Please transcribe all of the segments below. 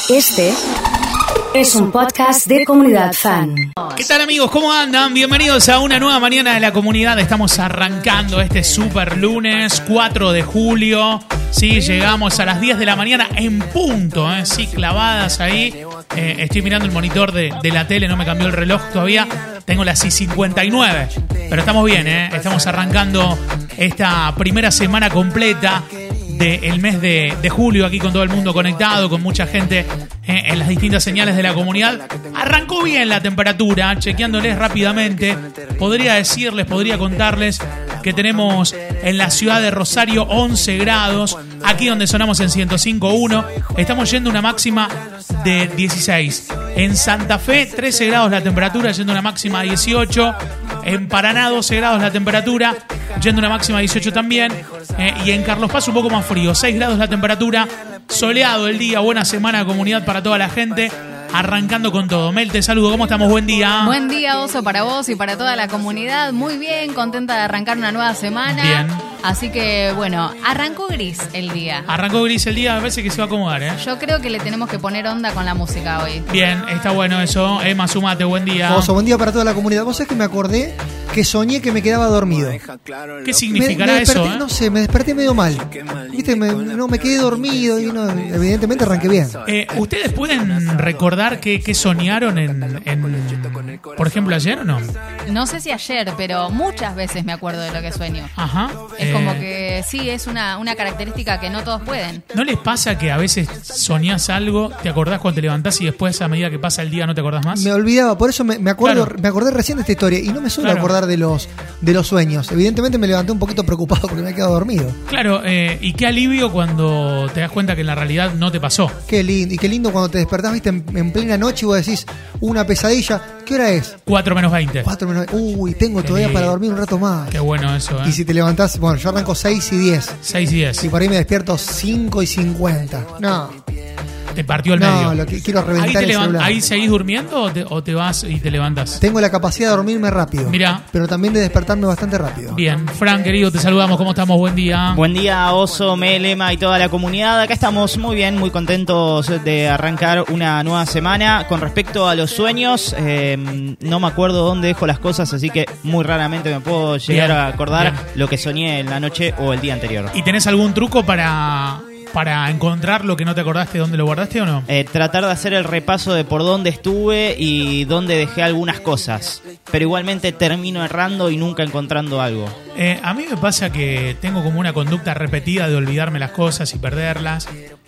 Este es un podcast de Comunidad Fan. ¿Qué tal, amigos? ¿Cómo andan? Bienvenidos a una nueva mañana de la comunidad. Estamos arrancando este super lunes 4 de julio. Sí, llegamos a las 10 de la mañana en punto, sí, clavadas ahí. Estoy mirando el monitor de la tele, no me cambió el reloj todavía. Tengo las 6:59, pero estamos bien, estamos arrancando esta primera semana completa del mes de julio, aquí con todo el mundo conectado, con mucha gente en las distintas señales de la comunidad. Arrancó bien la temperatura, chequeándoles rápidamente. Podría contarles que tenemos en la ciudad de Rosario 11 grados, aquí donde sonamos en 105.1, estamos yendo a una máxima de 16. En Santa Fe 13 grados la temperatura, yendo a una máxima de 18. En Paraná 12 grados la temperatura, yendo a una máxima de 18 también. Y en Carlos Paz un poco más frío, 6 grados la temperatura, soleado el día, buena semana de comunidad para toda la gente. Arrancando con todo. Mel, te saludo. ¿Cómo estamos? Buen día. Buen día, Oso, para vos y para toda la comunidad. Muy bien, contenta de arrancar una nueva semana. Bien. Así que, bueno, arrancó gris el día. Me parece que se va a acomodar, Yo creo que le tenemos que poner onda con la música hoy. Bien, está bueno eso. Emma, sumate, buen día. Oso, buen día para toda la comunidad. Vos sabés que me acordé que soñé que me quedaba dormido. ¿Qué significará me desperté, eso? No sé, me desperté medio mal. Viste, me quedé dormido y evidentemente arranqué bien. ¿Ustedes pueden recordar qué soñaron por ejemplo, ayer o no? No sé si ayer, pero muchas veces me acuerdo de lo que sueño. Ajá. Es como que sí, es una característica que no todos pueden. ¿No les pasa que a veces soñás algo, te acordás cuando te levantás y después a medida que pasa el día no te acordás más? Me olvidaba, por eso me acuerdo, Claro. me acordé recién de esta historia y no me suelo acordar de los sueños. Evidentemente me levanté un poquito preocupado porque me he quedado dormido. Claro, y qué alivio cuando te das cuenta que en la realidad no te pasó. Qué lindo, y qué lindo cuando te despertás, viste, en plena noche y vos decís, una pesadilla. ¿Qué hora es? 4 menos 20. 4 menos. Uy, tengo todavía para dormir un rato más. Qué bueno eso, Y si te levantás, bueno, yo arranco 6 y 10. 6 y 10. Y por ahí me despierto 5 y 50. No. Te partió el medio. No, lo que quiero reventar el celular. ¿Ahí seguís durmiendo o te vas y te levantas? Tengo la capacidad de dormirme rápido. Mirá. Pero también de despertarme bastante rápido. Bien, Fran, querido, te saludamos. ¿Cómo estamos? Buen día. Buen día, Oso, Mel, Emma y toda la comunidad. Acá estamos muy bien, muy contentos de arrancar una nueva semana. Con respecto a los sueños, no me acuerdo dónde dejo las cosas, así que muy raramente me puedo llegar a acordar lo que soñé en la noche o el día anterior. ¿Y tenés algún truco para encontrar lo que no te acordaste, dónde lo guardaste o no? Tratar de hacer el repaso de por dónde estuve y dónde dejé algunas cosas. Pero igualmente termino errando y nunca encontrando algo. A mí me pasa que tengo como una conducta repetida de olvidarme las cosas y perderlas.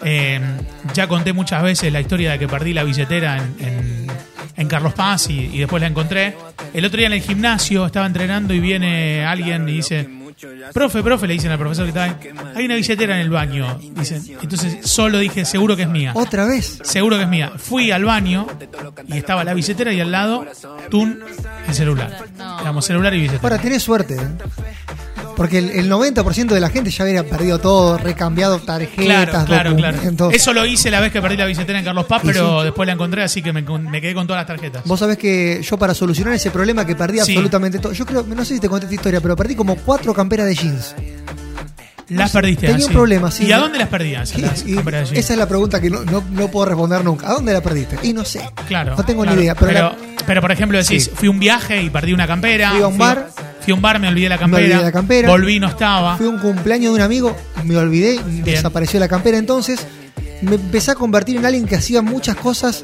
Ya conté muchas veces la historia de que perdí la billetera en Carlos Paz y después la encontré. El otro día en el gimnasio estaba entrenando y viene alguien y dice: Profe, le dicen al profesor que está ahí, hay una billetera en el baño. Dicen, entonces solo dije, seguro que es mía. ¿Otra vez? Seguro que es mía. Fui al baño y estaba la billetera y al lado, el celular. No. Digamos, celular y billetera. Ahora tenés suerte, porque el 90% de la gente ya había perdido todo, recambiado tarjetas, Claro. documentos. Eso lo hice la vez que perdí la billetera en Carlos Paz, pero después la encontré, así que me quedé con todas las tarjetas. Vos sabés que yo, para solucionar ese problema, que perdí absolutamente todo, yo creo, no sé si te conté esta historia, pero perdí como 4 camperas de jeans. Las perdiste. Tenía un problema, sí. ¿Y a dónde las perdías? Esa es la pregunta que no puedo responder nunca. ¿A dónde la perdiste? Y no sé. Claro. No tengo ni idea. Pero por ejemplo decís, Sí. fui a un viaje y perdí una campera. Fui a un bar. Fui a un bar, me olvidé la campera. Volví, no estaba. Fui a un cumpleaños de un amigo, me olvidé, desapareció la campera. Entonces me empecé a convertir en alguien que hacía muchas cosas,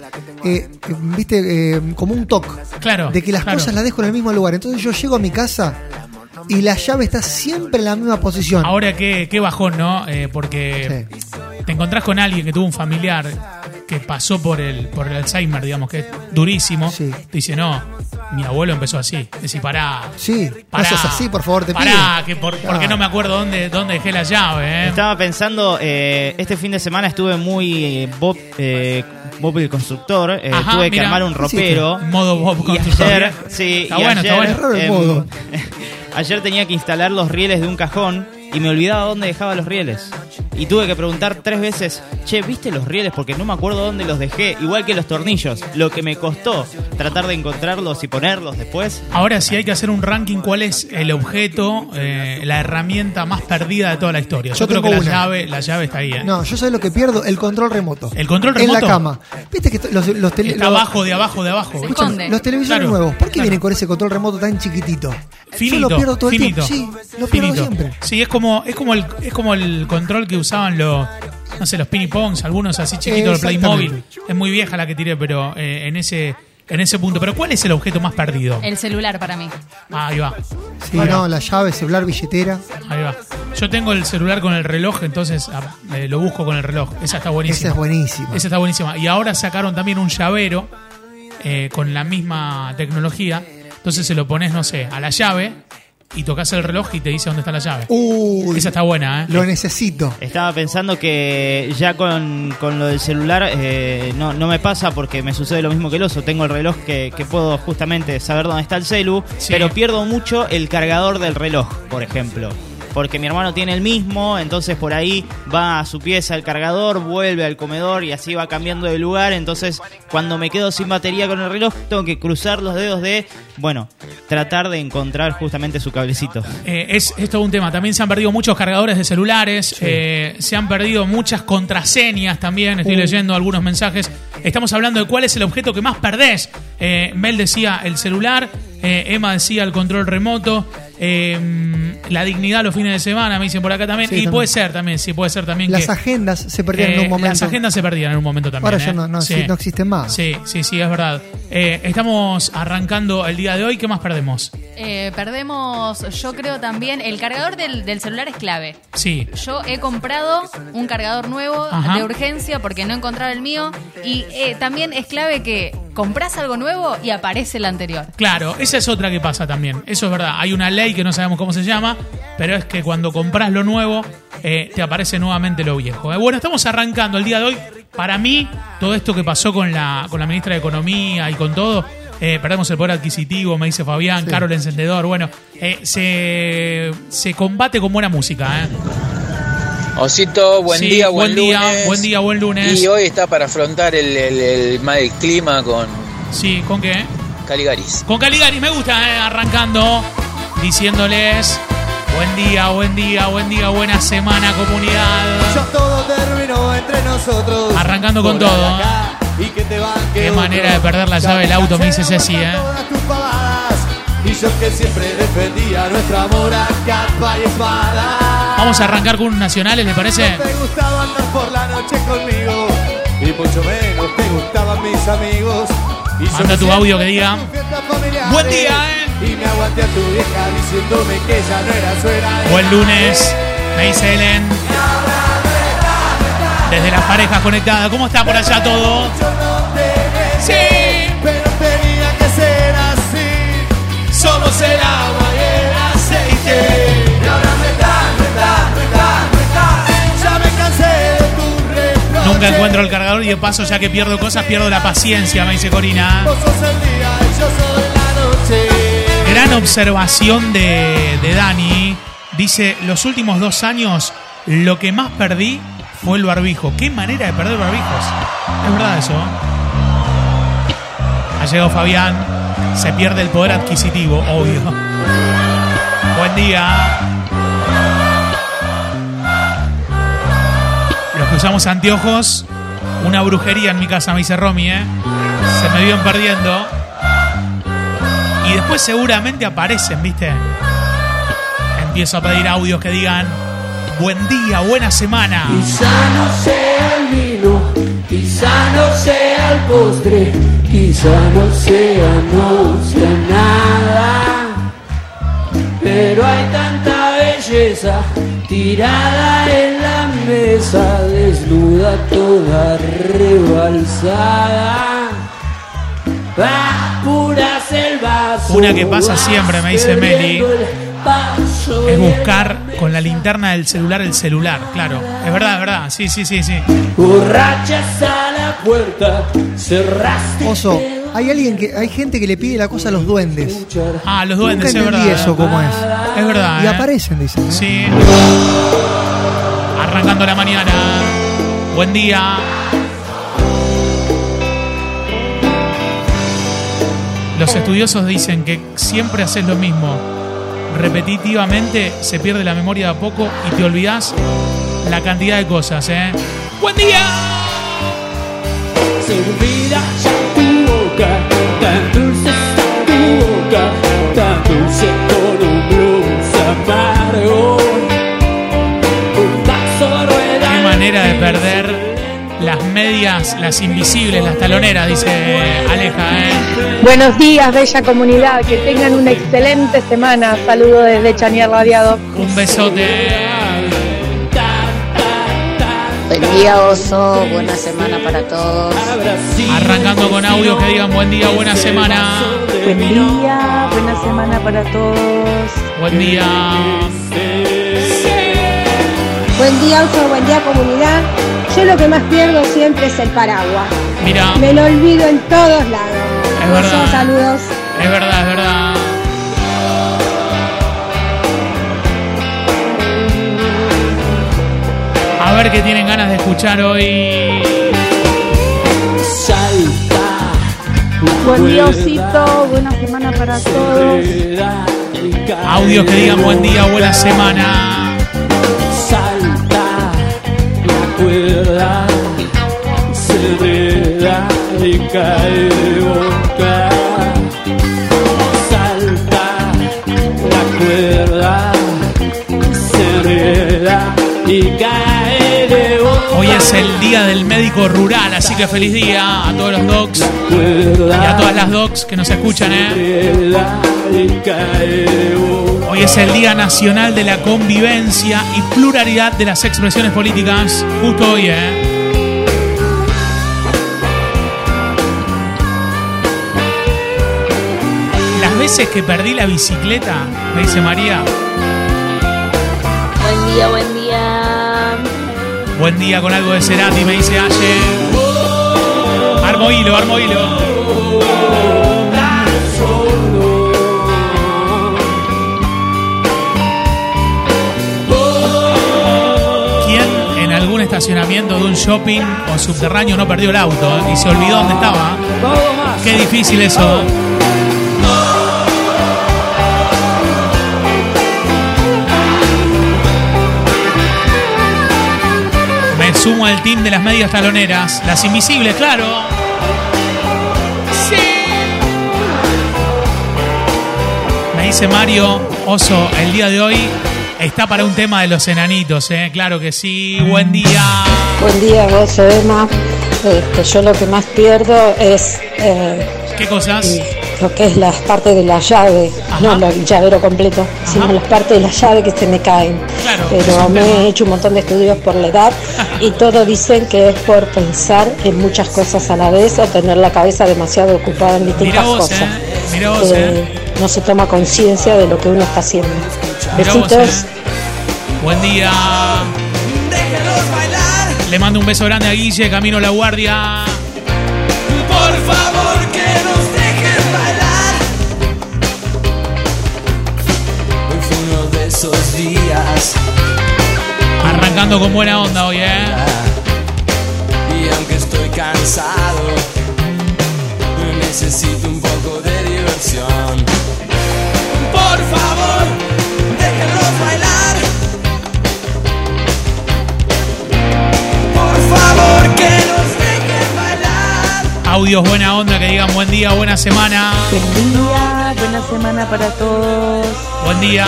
como un toque. Claro. De que las cosas las dejo en el mismo lugar. Entonces yo llego a mi casa y la llave está siempre en la misma posición. Ahora qué bajón, ¿no? Porque te encontrás con alguien que tuvo un familiar que pasó por el Alzheimer, digamos, que es durísimo. Sí. Te dice, no, mi abuelo empezó así. Decís, pará. Sí, Pará, no seas así, por favor, te pido. Pará, que porque no me acuerdo dónde dejé la llave, Estaba pensando, este fin de semana estuve muy Bob el constructor. Ajá, tuve que mira. armar un ropero. Modo Bob Y constructor. ayer, sí, Está y bueno, ayer, está bueno. Es raro el modo. Ayer tenía que instalar los rieles de un cajón y me olvidaba dónde dejaba los rieles. Y tuve que preguntar 3 veces, che, ¿viste los rieles? Porque no me acuerdo dónde los dejé. Igual que los tornillos. Lo que me costó tratar de encontrarlos y ponerlos después. Ahora sí hay que hacer un ranking. ¿Cuál es el objeto, la herramienta más perdida de toda la historia? Yo creo que la llave está ahí. No, yo sé lo que pierdo, el control remoto. ¿El control remoto? En la cama. ¿Viste que está abajo, de abajo. Escuchan, los televisores nuevos, ¿por qué vienen con ese control remoto tan chiquitito? Finito, yo lo pierdo todo finito. el tiempo. Sí, lo pierdo siempre. Sí, es como el control que usaban los Ping Pongs, algunos así chiquitos de Playmobil. Es muy vieja la que tiré, pero en ese punto. ¿Pero cuál es el objeto más perdido? El celular para mí. Ahí va. Sí, no, la llave, celular, billetera. Ahí va. Yo tengo el celular con el reloj, entonces lo busco con el reloj. Esa está buenísima. Esa está buenísima. Y ahora sacaron también un llavero con la misma tecnología. Entonces se lo pones, no sé, a la llave y tocas el reloj y te dice dónde está la llave. Esa está buena, Lo necesito. Estaba pensando que ya con lo del celular no me pasa porque me sucede lo mismo que el oso. Tengo el reloj que puedo justamente saber dónde está el celu, pero pierdo mucho el cargador del reloj, por ejemplo. Porque mi hermano tiene el mismo, entonces por ahí va a su pieza el cargador, vuelve al comedor y así va cambiando de lugar. Entonces cuando me quedo sin batería con el reloj tengo que cruzar los dedos tratar de encontrar justamente su cablecito. Es todo un tema. También se han perdido muchos cargadores de celulares, se han perdido muchas contraseñas también. Estoy leyendo algunos mensajes. Estamos hablando de cuál es el objeto que más perdés. Mel decía el celular, Emma decía el control remoto. La dignidad los fines de semana, me dicen por acá también. Y puede ser también las agendas se perdían en un momento. Las agendas se perdían en un momento también. Ahora ya no existen más. Sí, es verdad. Estamos arrancando el día de hoy. ¿Qué más perdemos? Perdemos, yo creo también, el cargador del celular es clave. Sí. Yo he comprado un cargador nuevo de urgencia porque no encontraba el mío. Y también es clave que compras algo nuevo y aparece el anterior. Claro, esa es otra que pasa también. Eso es verdad. Hay una ley que no sabemos cómo se llama, pero es que cuando compras lo nuevo, te aparece nuevamente lo viejo. Bueno, estamos arrancando el día de hoy. Para mí, todo esto que pasó con la ministra de Economía y con todo, perdemos el poder adquisitivo, me dice Fabián, caro el encendedor. Bueno, se combate con buena música. Osito, buen día, buen lunes. Buen día, buen lunes. Y hoy está para afrontar el mal clima con... Sí, ¿con qué? Caligaris. Con Caligaris, me gusta, arrancando, diciéndoles... Buen día, buena semana, comunidad. Ya todo terminó entre nosotros. Arrancando con todo. Qué manera de perder la llave del auto, me dice Ceci, Y yo que siempre defendía nuestro amor a capa y espada. Vamos a arrancar con unos nacionales, ¿le parece? No te gustaba andar por la noche conmigo y mucho menos te gustaban mis amigos. Manda tu audio que diga buen día, Y me aguanté a tu vieja diciéndome que ya no era suena de... Buen lunes, me dice Helen. Desde las parejas conectadas, ¿cómo está por allá todo? Sí, pero tenía que ser así. somos el agua y el aceite. Y ahora me ya me cansé de tu reproche. Nunca encuentro el cargador y de paso, ya que pierdo cosas, pierdo la paciencia, me dice Corina. Vos sos el día y yo soy la noche. Gran observación de Dani. Dice, los últimos 2 años lo que más perdí fue el barbijo. Qué manera de perder barbijos. Es verdad eso. Ha llegado Fabián. Se pierde el poder adquisitivo, obvio. Buen día. Los que usamos anteojos, una brujería en mi casa, me dice Romy, Se me viven perdiendo. Y después seguramente aparecen, ¿viste? Empiezo a pedir audios que digan buen día, buena semana. Quizá no sea el vino, quizá no sea el postre, quizá no sea nada, pero hay tanta belleza tirada en la mesa, desnuda toda rebalsada. Apuras el vaso. Una que pasa siempre, me dice Meli, es buscar con la linterna del celular el celular. Claro, es verdad, sí. Borrachas a la puerta, cerraste. Oso, hay gente que le pide la cosa a los duendes. Ah, los duendes, Nunca es entendí verdad. eso cómo es. Es verdad. Y aparecen, dicen. Sí. Arrancando la mañana. Buen día. Los estudiosos dicen que siempre haces lo mismo. Repetitivamente se pierde la memoria de a poco y te olvidás la cantidad de cosas, ¿eh? ¡Buen día! Se olvida ya tu boca, tan dulce está tu boca, tan dulce con un blues amargo. Un vaso rueda. Qué manera de perder las medias, las invisibles, las taloneras, dice Aleja, ¿eh? Buenos días, bella comunidad. Que tengan una excelente semana. Saludos desde Chanier Radiado. Un besote. Buen día, Oso. Buena semana para todos. Arrancando con audios que digan buen día, buena semana. Buen día, buena semana para todos. Buen día. Buen día, Oso. Buen día, comunidad. Yo lo que más pierdo siempre es el paraguas. Mira. Me lo olvido en todos lados. Es verdad. Oso, saludos. Es verdad, es verdad. A ver qué tienen ganas de escuchar hoy. Buen día, Osito. Buena semana para todos. Audios que digan buen día, buena semana. Salta la cuerda, se enreda y cae de boca. Salta la cuerda, se enreda y cae de boca. Hoy es el día del médico rural, así que feliz día a todos los docs y a todas las docs que nos escuchan, ¿eh? Hoy es el Día Nacional de la Convivencia y Pluralidad de las Expresiones Políticas. Justo hoy, ¿eh? Las veces que perdí la bicicleta, me dice María. Buen día, buen día. Buen día con algo de Cerati, me dice Aye. Armo hilo, armo hilo. ¿Quién en algún estacionamiento de un shopping o subterráneo no perdió el auto y se olvidó dónde estaba? Qué difícil eso. Sumo al team de las medias taloneras. Las invisibles, claro. Sí. Me dice Mario, Oso, el día de hoy está para un tema de los enanitos, ¿eh? Claro que sí. Buen día. Buen día, Oso, Emma. Yo lo que más pierdo es... ¿Qué cosas? Lo que es las partes de la llave. Ajá. No el llavero completo, sino las partes de la llave que se me caen. Claro, pero me he hecho un montón de estudios por la edad y todos dicen que es por pensar en muchas cosas a la vez o tener la cabeza demasiado ocupada en distintas cosas. Mirá vos, no se toma conciencia de lo que uno está haciendo. Besitos. Buen día. Le mando un beso grande a Guille, camino a La Guardia. Por favor, que nos dejes bailar. Hoy fue uno de esos días. Arrancando con buena onda hoy, ¿eh? Y aunque estoy cansado, necesito un poco de diversión. Por favor, déjenlos bailar. Por favor, que nos dejen bailar. Audios buena onda que digan buen día, buena semana. Buen día, buena semana para todos. Buen día.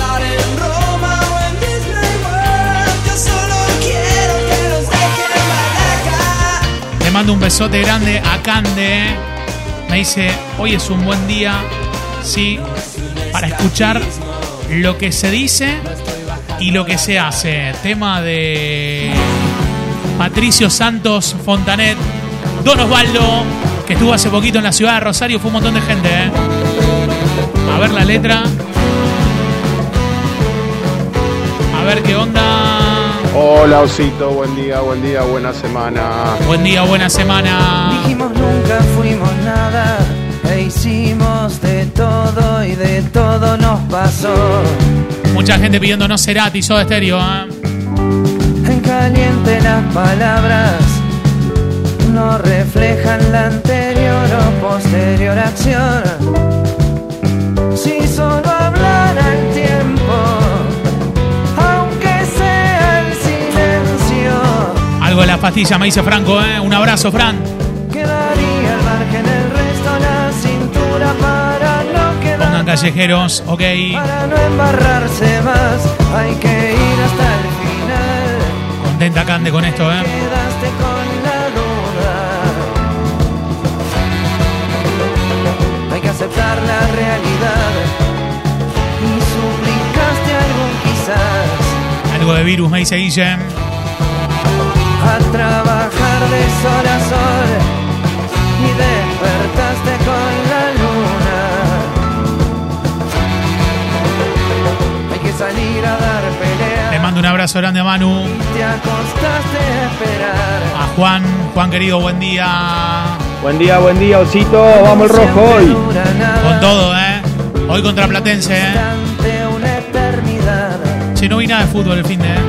Le mando un besote grande a Cande. Me dice, hoy es un buen día, sí, para escuchar lo que se dice y lo que se hace. Tema de Patricio Santos Fontanet, Don Osvaldo, que estuvo hace poquito en la ciudad de Rosario. Fue un montón de gente, ¿eh? A ver la letra. A ver qué onda. Hola, Osito, buen día, buena semana. Buen día, buena semana. Dijimos nunca fuimos nada, e hicimos de todo y de todo nos pasó. Mucha gente pidiéndonos Cerati, Soda Stereo, ¿eh? caliente las palabras no reflejan la anterior o posterior acción. Si solo hablara el tiempo, aunque sea el silencio. Algo de las pastillas me dice Franco, ¿eh? Un abrazo, Fran. Quedaría al margen el resto, la cintura para no quedar. Pongan callejeros, ok. Para no embarrarse más, hay que ir hasta el final. Contenta Cande con esto, ¿eh? Quedaste con la duda. Hay que aceptar la realidad y suplicaste algo quizás. Algo de virus me dice Guillem. A trabajar de sol a sol y despertaste con la luna. Hay que salir a dar pelea. Le mando un abrazo grande a Manu. Te acostaste a esperar. A Juan querido, buen día. Buen día, Osito. Vamos el rojo hoy. Con todo, hoy contra Platense, Una eternidad. Che, no vi nada de fútbol el fin de,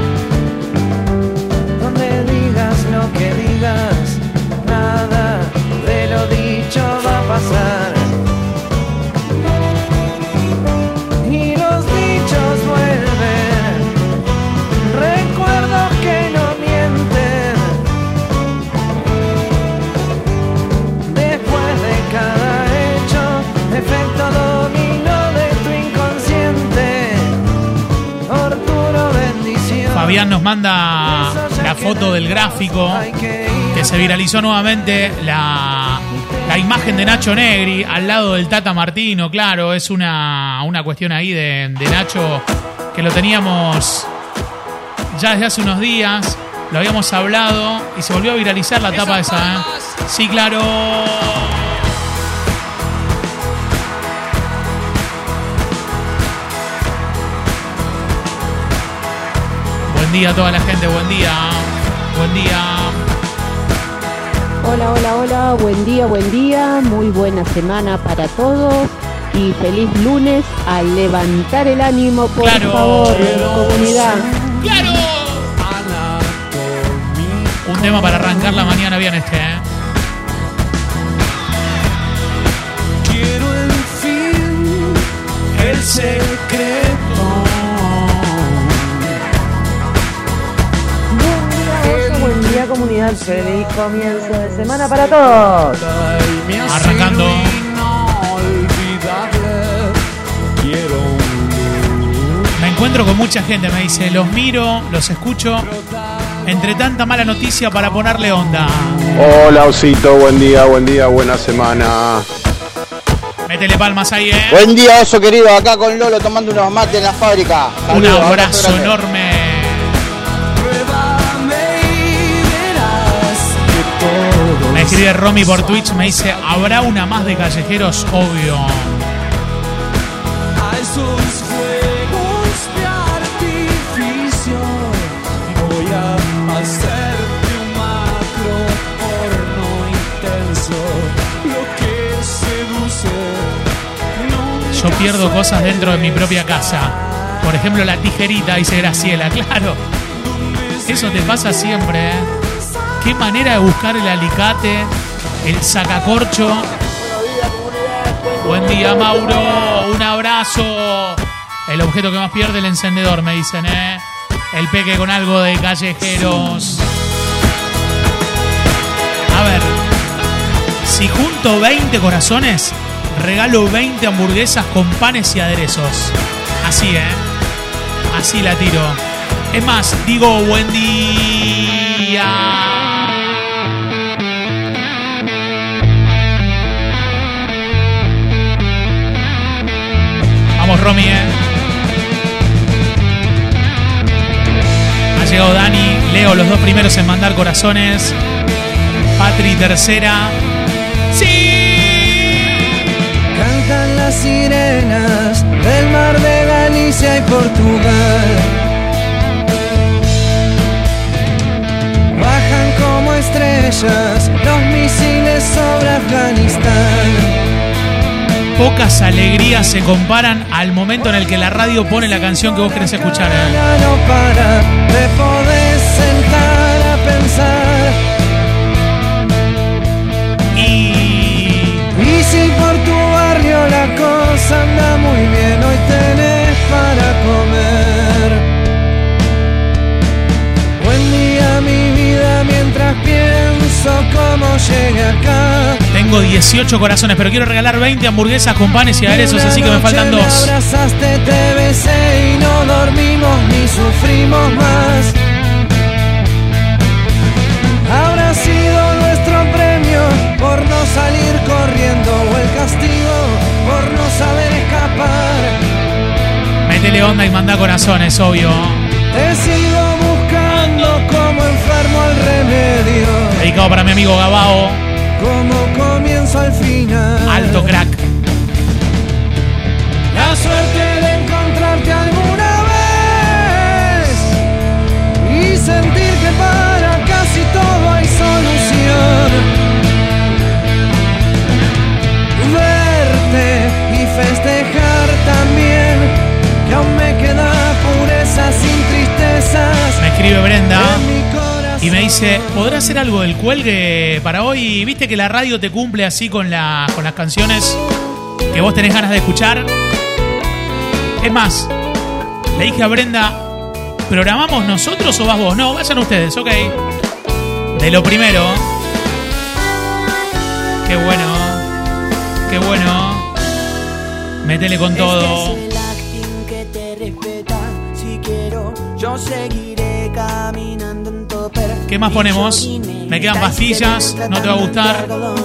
Donde digas lo que digas, nada de lo dicho va a pasar. Y los dichos vuelven, recuerdos que no mienten. Después de cada hecho, efecto dominó de tu inconsciente. Tortura, bendición. Fabián nos manda la foto del gráfico que se viralizó nuevamente, la imagen de Nacho Negri al lado del Tata Martino. Claro, es una cuestión ahí de Nacho que lo teníamos ya desde hace unos días, lo habíamos hablado y se volvió a viralizar la tapa esa, ¿eh? Sí, claro. Buen día a toda la gente, buen día. Buen día. Hola, buen día, muy buena semana para todos y feliz lunes. A levantar el ánimo, por favor, comunidad. ¡Claro! Un tema para arrancar la mañana bien Quiero el fin, el secreto. Buen día, comunidad. Feliz comienzo de semana para todos. Arrancando. Me encuentro con mucha gente, me dice, los miro, los escucho, entre tanta mala noticia para ponerle onda. Hola, Osito, buen día, buena semana. Métele palmas ahí, Buen día, Oso querido, acá con Lolo tomando unos mates en la fábrica. Saludos, un abrazo enorme. Me escribe Romy por Twitch, me dice, ¿habrá una más de callejeros? Obvio. A esos fuegos de artificio voy a hacerte un macro porno intenso. Lo que seduce. Yo pierdo cosas dentro de mi propia casa. Por ejemplo, la tijerita, dice Graciela. Claro, eso te pasa siempre, Qué manera de buscar el alicate, el sacacorcho. Buen día, Mauro. Un abrazo. El objeto que más pierde, el encendedor, me dicen, El peque con algo de callejeros. A ver, si junto 20 corazones, regalo 20 hamburguesas con panes y aderezos. Así, Así la tiro. Es más, digo buen día. Vamos, Romy, Ha llegado Dani, Leo, los dos primeros en mandar corazones. Patri, tercera. ¡Sí! Cantan las sirenas del mar de Galicia y Portugal. Bajan como estrellas los misiles sobre Afganistán. Pocas alegrías se comparan al momento en el que la radio pone la canción que vos querés escuchar. No para de poder sentar a pensar. Y si por tu barrio la cosa anda muy bien, hoy tenés para comer. Buen día mi vida mientras pienso cómo llegué acá. Tengo 18 corazones, pero quiero regalar 20 hamburguesas con panes y aderezos, así que me faltan 2. Me abrazaste, te besé y no dormimos ni sufrimos más. Habrá sido nuestro premio por no salir corriendo o el castigo por no saber escapar. Métele onda y manda corazones, obvio. He sido buscando como enfermo el remedio. Dedicado para mi amigo Gabao. Como comienzo al final. Alto crack. La suerte de encontrarte alguna vez y sentir que para casi todo hay solución. Verte y festejar también, que aún me queda pureza sin tristezas. Me escribe Brenda y me dice, ¿podrá hacer algo del cuelgue para hoy? ¿Viste que la radio te cumple así con las canciones que vos tenés ganas de escuchar? Es más, le dije a Brenda, ¿programamos nosotros o vas vos? No, vayan ustedes, ok. De lo primero. Qué bueno. Qué bueno. Métele con todo. Este es el acting que te respeta. Si quiero, yo seguiré caminando en todo. ¿Qué más ponemos? Me quedan pastillas, no te va a gustar.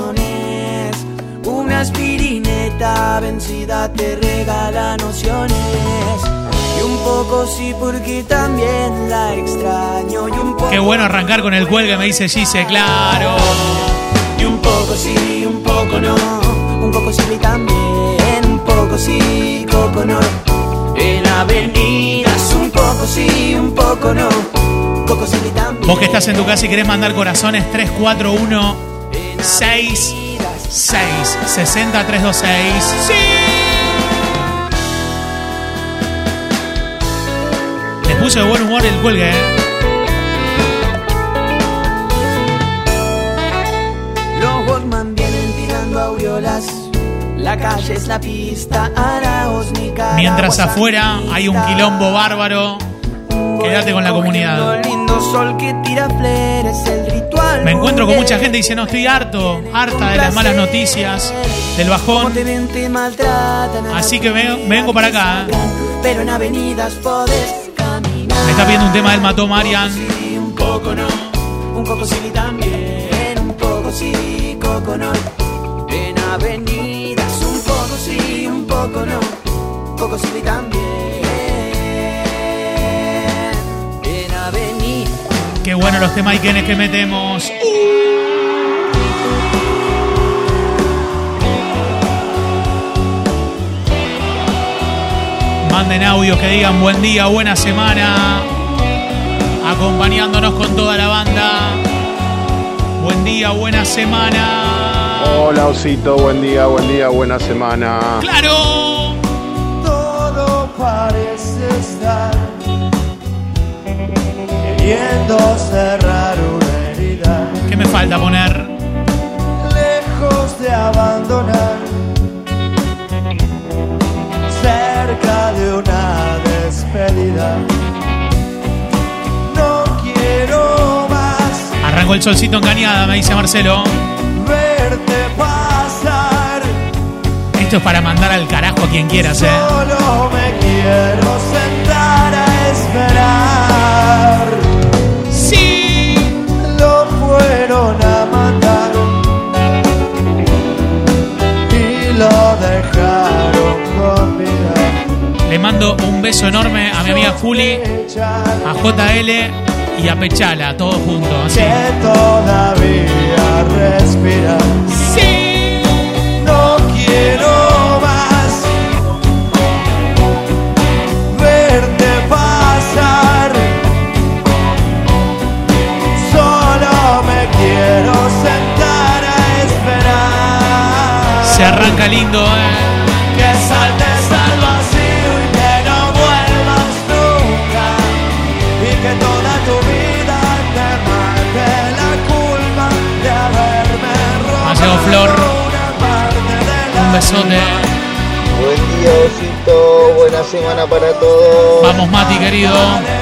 Una aspirineta vencida te regala nociones. Y un poco sí, porque también la extraño. Y un poco. Qué bueno arrancar con el cuelgue, me dice Gise, claro. Y un poco sí, un poco no. Un poco sí también. Un poco sí, poco no. En avenidas, un poco sí, un poco no. Poco sí también. Vos que estás en tu casa y querés mandar corazones, 341 6 60 326. ¡Sí! Les puso de buen humor el cuelgue, Los Walkman vienen tirando aureolas. La calle es la pista, Araos, Nicaragua. Mientras afuera hay un quilombo bárbaro. Quédate con la comunidad. Me encuentro con mucha gente y dice, no, estoy harta de las malas noticias, del bajón. Así que me vengo para acá. Pero en avenidas podés caminar. Me está pidiendo un tema del Mató Marian. Un poco no, un poco sí también. Un poco sí, poco no. En avenidas, un poco sí, un poco no. Un poco sí también. Qué bueno los temas Ikenes que metemos. Manden audios que digan buen día, buena semana. Acompañándonos con toda la banda. Buen día, buena semana. Hola Osito, buen día, buena semana. ¡Claro! Todo parece estar queriendo cerrar una herida. ¿Qué me falta poner? Lejos de abandonar, cerca de una despedida. No quiero más. Arrancó el solcito en Cañada, me dice Marcelo. Verte pasar. Esto es para mandar al carajo a quien quieras, Solo me quiero sentar a esperar. Sí, lo fueron a matar y lo dejaron con vida. Le mando un beso enorme a mi amiga Juli, a JL y a Pechala, todos juntos. Así. Que todavía respira. Sí, no quiero más verte pasar. Solo me quiero sentar a esperar. Se arranca lindo, Que saltes al vacío y que no vuelvas nunca. Y que toda tu vida Flor. Un besote. Buen día, Osito. Buena semana para todos. Vamos, Mati, querido.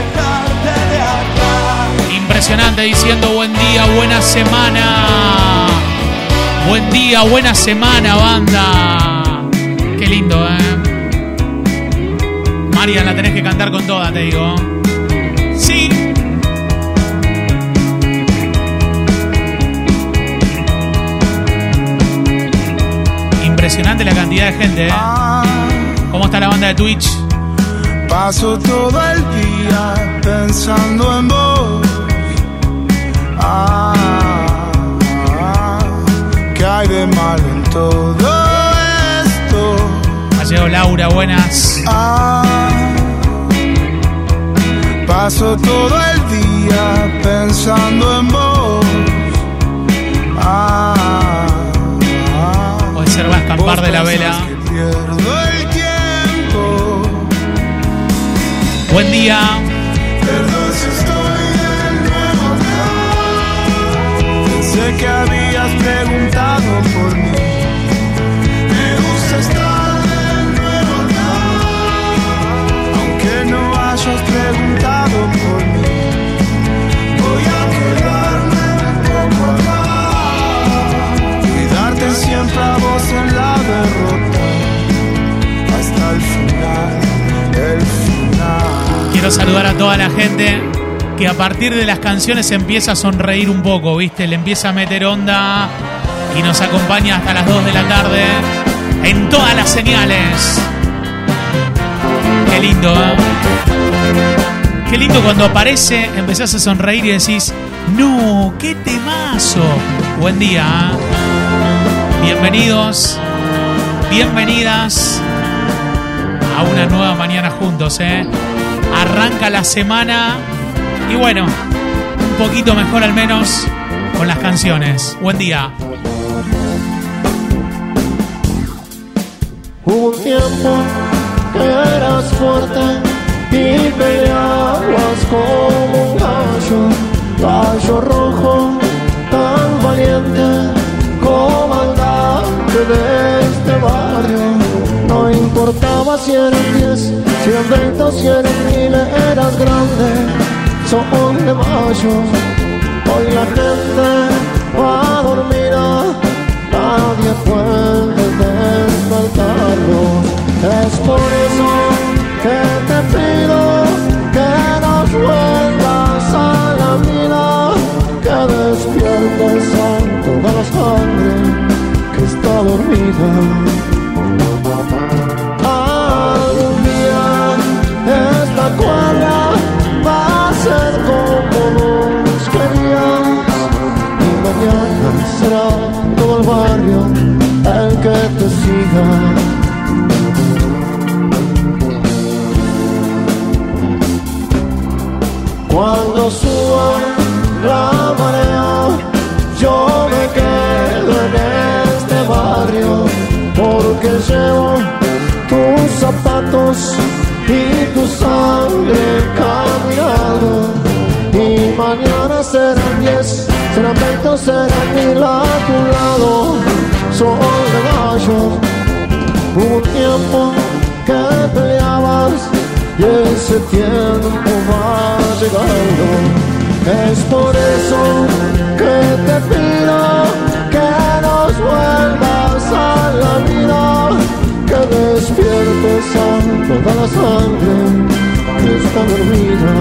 Impresionante diciendo buen día, buena semana. Buen día, buena semana, banda. Qué lindo, Marian, la tenés que cantar con toda, te digo. Sí. Impresionante la cantidad de gente, ¿Cómo está la banda de Twitch? Paso todo el día pensando en vos. ¿Qué hay de mal en todo esto? Ha llegado Laura, buenas. Paso todo el día pensando en vos. Hoy se va a escapar de la vela. Pierdo el tiempo. Buen día. Perdón si estoy de nuevo acá. Pensé que habías preguntado por mí. Me gusta estar de nuevo acá. Aunque no hayas preguntado por mí, voy a quedarme un poco acá y darte siempre a vos en la derrota hasta el final, el final. Quiero saludar a toda la gente que a partir de las canciones empieza a sonreír un poco, ¿viste? Le empieza a meter onda y nos acompaña hasta las 2 de la tarde en todas las señales. Qué lindo, Qué lindo cuando aparece, empezás a sonreír y decís, no, qué temazo. Buen día, Bienvenidos, bienvenidas a una nueva mañana juntos, Arranca la semana y bueno, un poquito mejor al menos con las canciones. Buen día. Hubo un tiempo que eras fuerte y peleabas como un gallo rojo, tan valiente, comandante de este barrio. No importaba si eran 10, si eran 20 o si eran 1000, eras grande, Sol de Mayo. Hoy la gente va a dormir, nadie puede despertarlo. Es por eso que te pido que nos vuelvas a la vida, que despiertes a toda la sangre que está dormida. Algún día esta cuadra va a ser como vos querías, y mañana será todo el barrio el que te siga. Cuando suba la marea, yo me quedo en este barrio, porque llevo tus zapatos y tu sangre caminando. Y mañana serán 10, serán 20 o serán 1000 a tu lado, Sol de Mayo. Hubo un tiempo que peleabas y ese tiempo va llegando. Es por eso que te pido que nos vuelvas a la vida, que despiertes a toda la sangre que está dormida.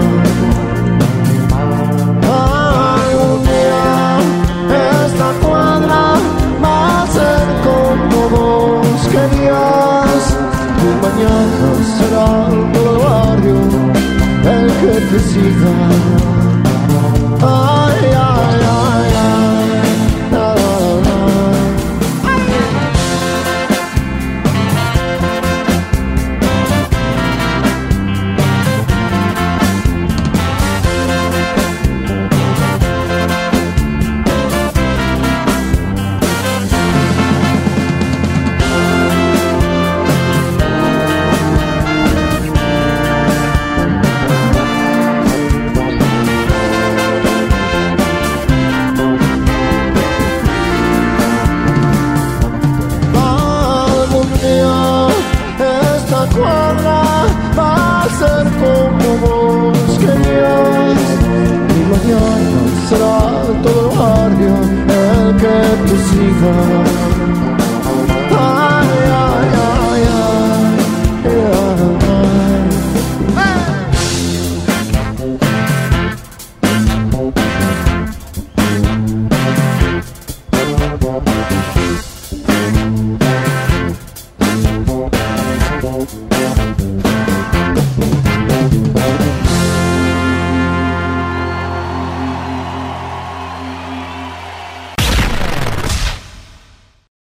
Algún día esta cuadra va a ser como vos querías, y mañana será todo el barrio el que te siga. Ay, ay, ay, ay, la, la, la. favor.